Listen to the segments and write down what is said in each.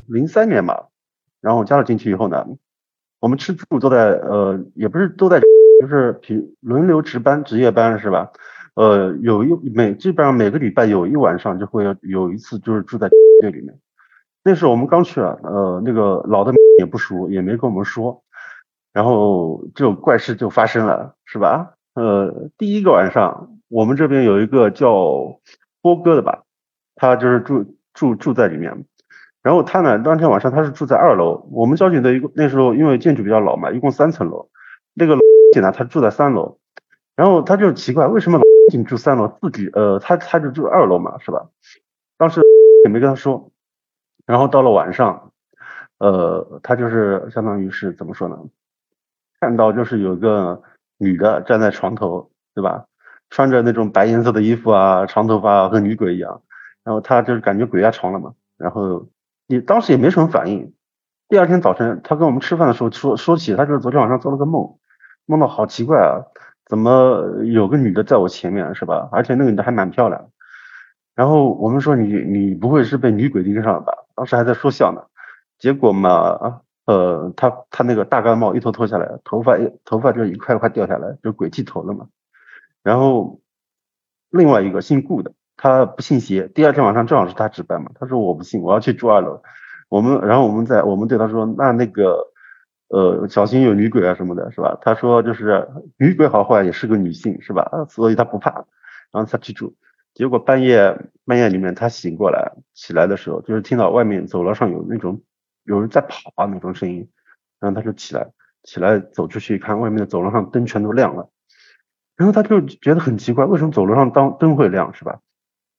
03年吧，然后加了进去以后呢，我们吃住都在也不是都在，就是轮流值班值夜班是吧？基本上每个礼拜有一晚上就会有一次就是住在这里面。那时候我们刚去啊，那个老的也不熟，也没跟我们说，然后这种怪事就发生了，是吧？第一个晚上，我们这边有一个叫波哥的吧，他就是住在里面，然后他呢，当天晚上他是住在2楼，我们交警的那时候因为建筑比较老嘛，一共3层楼，那个呢他住在3楼，然后他就奇怪为什么警住3楼，他就住2楼嘛，是吧？当时也没跟他说，然后到了晚上，他就是相当于是怎么说呢？看到就是有个女的站在床头，对吧？穿着那种白颜色的衣服啊，长头发啊和女鬼一样。然后他就是感觉鬼压床了嘛，然后当时也没什么反应。第二天早晨，他跟我们吃饭的时候说起，他就是昨天晚上做了个梦，梦到好奇怪啊，怎么有个女的在我前面是吧？而且那个女的还蛮漂亮。然后我们说你不会是被女鬼盯上了吧？当时还在说笑呢。结果嘛，他那个大盖帽一头脱下来，头发就一块块掉下来，就鬼剃头了嘛。然后另外一个姓顾的，他不信邪，第二天晚上正好是他值班嘛，他说我不信，我要去住2楼。然后我们对他说，那个小心有女鬼啊什么的，是吧？他说就是女鬼好坏也是个女性，是吧？所以他不怕，然后他去住。结果半夜里面他醒过来，起来的时候就是听到外面走廊上有那种有人在跑啊那种声音，然后他就起来走出去一看，外面的走廊上灯全都亮了，然后他就觉得很奇怪，为什么走廊上灯会亮是吧？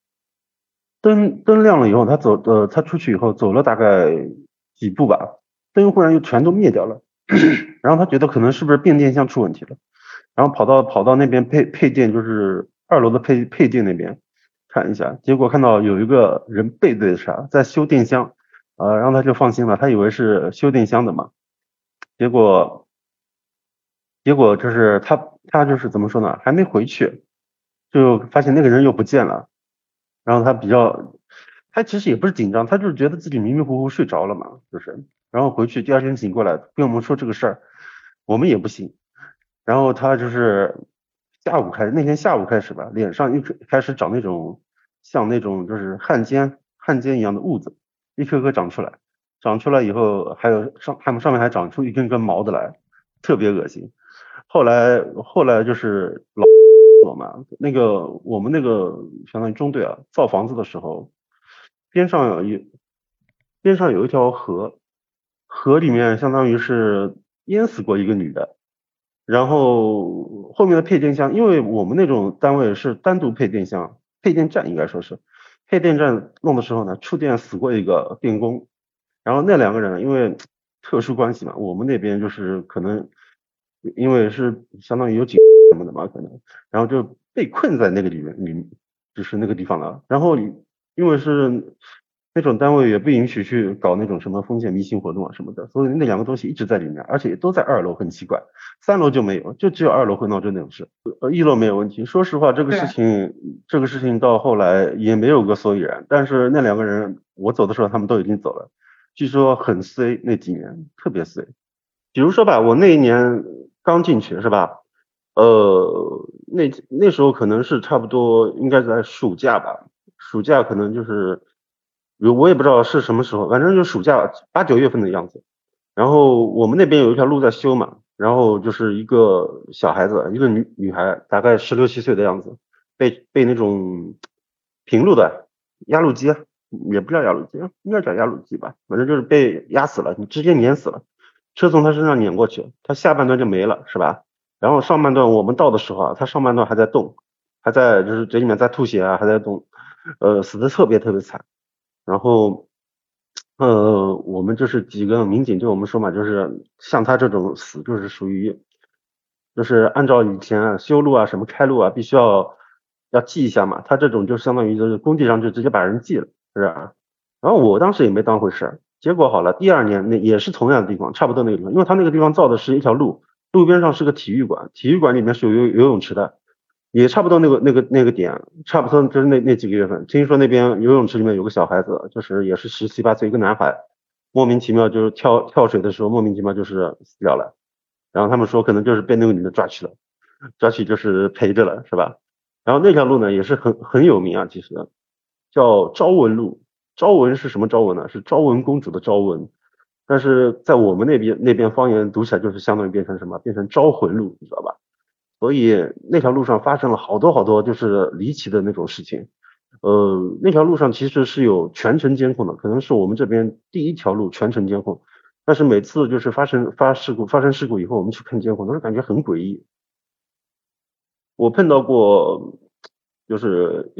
灯亮了以后，他出去以后走了大概几步吧，灯忽然又全都灭掉了，然后他觉得可能是不是变电箱出问题了，然后跑到那边配电，就是2楼的配电那边看一下，结果看到有一个人背对着在修电箱，然后他就放心了，他以为是修电箱的嘛，结果就是他就是怎么说呢，还没回去，就发现那个人又不见了。然后他其实也不是紧张，他就是觉得自己迷迷糊糊睡着了嘛，就是，然后回去第二天醒过来跟我们说这个事儿，我们也不信，然后他就是那天下午开始吧，脸上开始长那种像那种就是汗尖一样的痦子，一颗颗长出来，长出来以后还上面还长出一根根毛的来，特别恶心。后来就是那个我们那个相当于中队啊，造房子的时候，边上有边上有一条河，河里面相当于是淹死过一个女的，然后后面的配电箱，因为我们那种单位是单独配电箱，配电站应该说是配电站弄的时候呢，触电死过一个电工，然后那两个人因为特殊关系嘛，我们那边就是可能因为是相当于有警什么的嘛，可能，然后就被困在那个里面，就是那个地方了。然后因为是那种单位也不允许去搞那种什么封建迷信活动啊什么的，所以那两个东西一直在里面，而且都在2楼，很奇怪。3楼就没有，就只有2楼会闹这种事。1楼没有问题。说实话， 对， 这个事情到后来也没有个所以然。但是那两个人，我走的时候他们都已经走了，据说很衰，那几年特别衰。比如说吧，我那一年刚进去是吧？那时候可能是差不多应该在暑假吧，暑假可能就是我也不知道是什么时候，反正就暑假8、9月份的样子。然后我们那边有一条路在修嘛，然后就是一个小孩子，一个女孩，大概16、17岁的样子，被那种平路的压路机啊，也不叫压路机，应该叫压路机吧，反正就是被压死了，你直接碾死了，车从他身上碾过去，他下半段就没了，是吧？然后上半段我们到的时候啊，他上半段还在动，还在就是嘴里面在吐血啊，还在动，死的特别特别惨。然后我们就是几个民警对我们说嘛，就是像他这种死，就是属于，就是按照以前啊修路啊什么开路啊，必须要记一下嘛。他这种就相当于就是工地上就直接把人记了，是吧？然后我当时也没当回事儿，结果好了，第二年那也是同样的地方，差不多那个地方，因为他那个地方造的是一条路，路边上是个体育馆，体育馆里面是有游泳池的，也差不多那个点，差不多就是那几个月份，听说那边游泳池里面有个小孩子，就是也是17、18岁一个男孩， 莫名其妙就是跳水的时候莫名其妙就是死掉了，然后他们说可能就是被那个女的抓去了，抓去就是陪着了，是吧？然后那条路呢也是很有名啊，其实叫昭文路。昭文是什么昭文呢？是昭文公主的昭文，但是在我们那边方言读起来就是相当于变成什么？变成招魂路，你知道吧？所以那条路上发生了好多好多就是离奇的那种事情。那条路上其实是有全程监控的，可能是我们这边第一条路全程监控。但是每次就是发生事故以后，我们去看监控，都是感觉很诡异。我碰到过，就是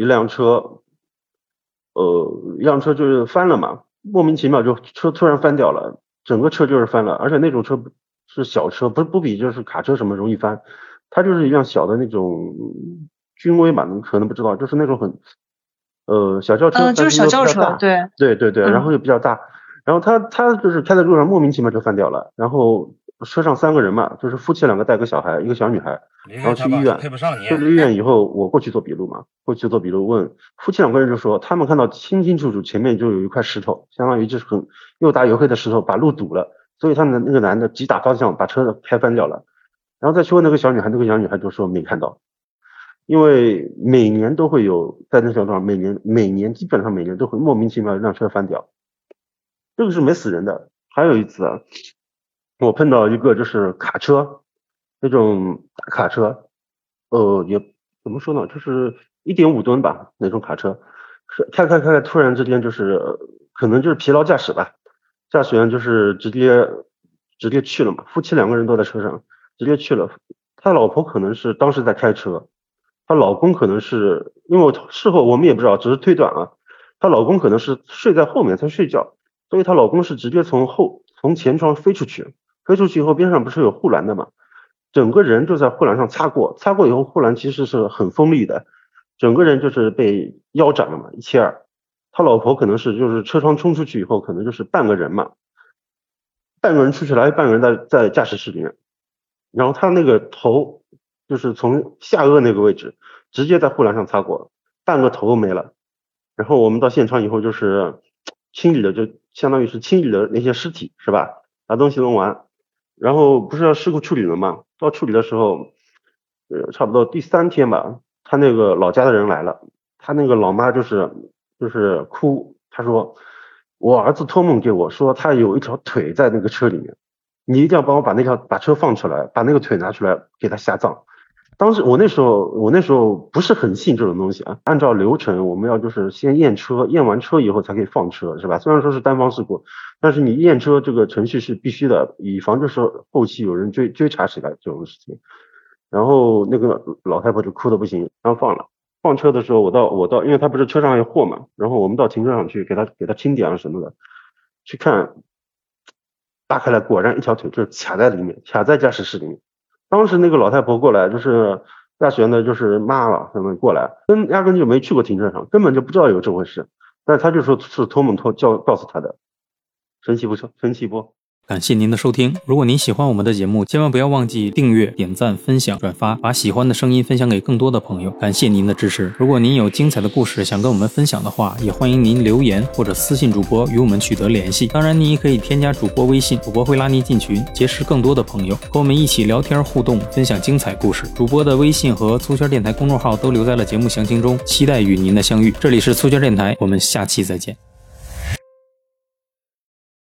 一辆车就是翻了嘛，莫名其妙就车突然翻掉了，整个车就是翻了，而且那种车是小车，不比就是卡车什么容易翻，它就是一辆小的那种君威吧，你可能不知道，就是那种小轿车， 就是小轿车，对， 对，然后又比较大，然后他就是开在路上莫名其妙就翻掉了，然后车上3个人嘛，就是夫妻2个带个小孩，一个小女孩，然后去医院，去了医院以后，我过去做笔录嘛，过去做笔录问夫妻2个人就说，他们看到清清楚楚前面就有一块石头，相当于就是很又大又黑的石头把路堵了，所以他们那个男的急打方向把车开翻掉了，然后再去问那个小女孩，那个小女孩就说没看到。因为每年都会有在那条路上，基本上每年都会莫名其妙让车翻掉，这个是没死人的。还有一次啊，我碰到一个就是卡车，那种大卡车，也怎么说呢，就是1.5吨吧那种卡车，是开，突然之间就是可能就是疲劳驾驶吧，驾驶员就是直接去了嘛，夫妻2个人都在车上，直接去了，他老婆可能是当时在开车。她老公可能是因为事后我们也不知道，只是推断啊。她老公可能是睡在后面在睡觉，所以她老公是直接从前窗飞出去，飞出去以后边上不是有护栏的嘛，整个人就在护栏上擦过以后护栏其实是很锋利的，整个人就是被腰斩了嘛，172。他老婆可能是就是车窗冲出去以后可能就是半个人嘛，半个人出去了，半个人在驾驶室里面，然后他那个头。就是从下颚那个位置直接在护栏上擦过，半个头没了。然后我们到现场以后就是清理了，就相当于是清理了那些尸体，是吧？把东西弄完，然后不是要事故处理了吗？到处理的时候，差不多第3天吧，他那个老家的人来了，他那个老妈就是哭，他说我儿子托梦给我说他有一条腿在那个车里面，你一定要帮我把车放出来，把那个腿拿出来给他下葬。当时我那时候不是很信这种东西啊，按照流程我们要就是先验车，验完车以后才可以放车，是吧？虽然说是单方事故，但是你验车这个程序是必须的，以防就是后期有人追查起来这种事情。然后那个老太婆就哭得不行，然后放了。放车的时候我到，因为他不是车上有货嘛，然后我们到停车场去给他清点啊什么的，去看，打开来果然一条腿就是卡在里面，卡在驾驶室里面。当时那个老太婆过来，就是驾驶员的，就是骂了他们过来，压根就没去过停车场，根本就不知道有这回事。但是他就说是托梦告诉他的，神奇不？神奇不？ 感谢您的收听，如果您喜欢我们的节目，千万不要忘记订阅、点赞、分享、转发，把喜欢的声音分享给更多的朋友。感谢您的支持。如果您有精彩的故事想跟我们分享的话，也欢迎您留言或者私信主播与我们取得联系。当然，您也可以添加主播微信，主播会拉您进群，结识更多的朋友，和我们一起聊天互动，分享精彩故事。主播的微信和粗圈电台公众号都留在了节目详情中，期待与您的相遇。这里是粗圈电台，我们下期再见。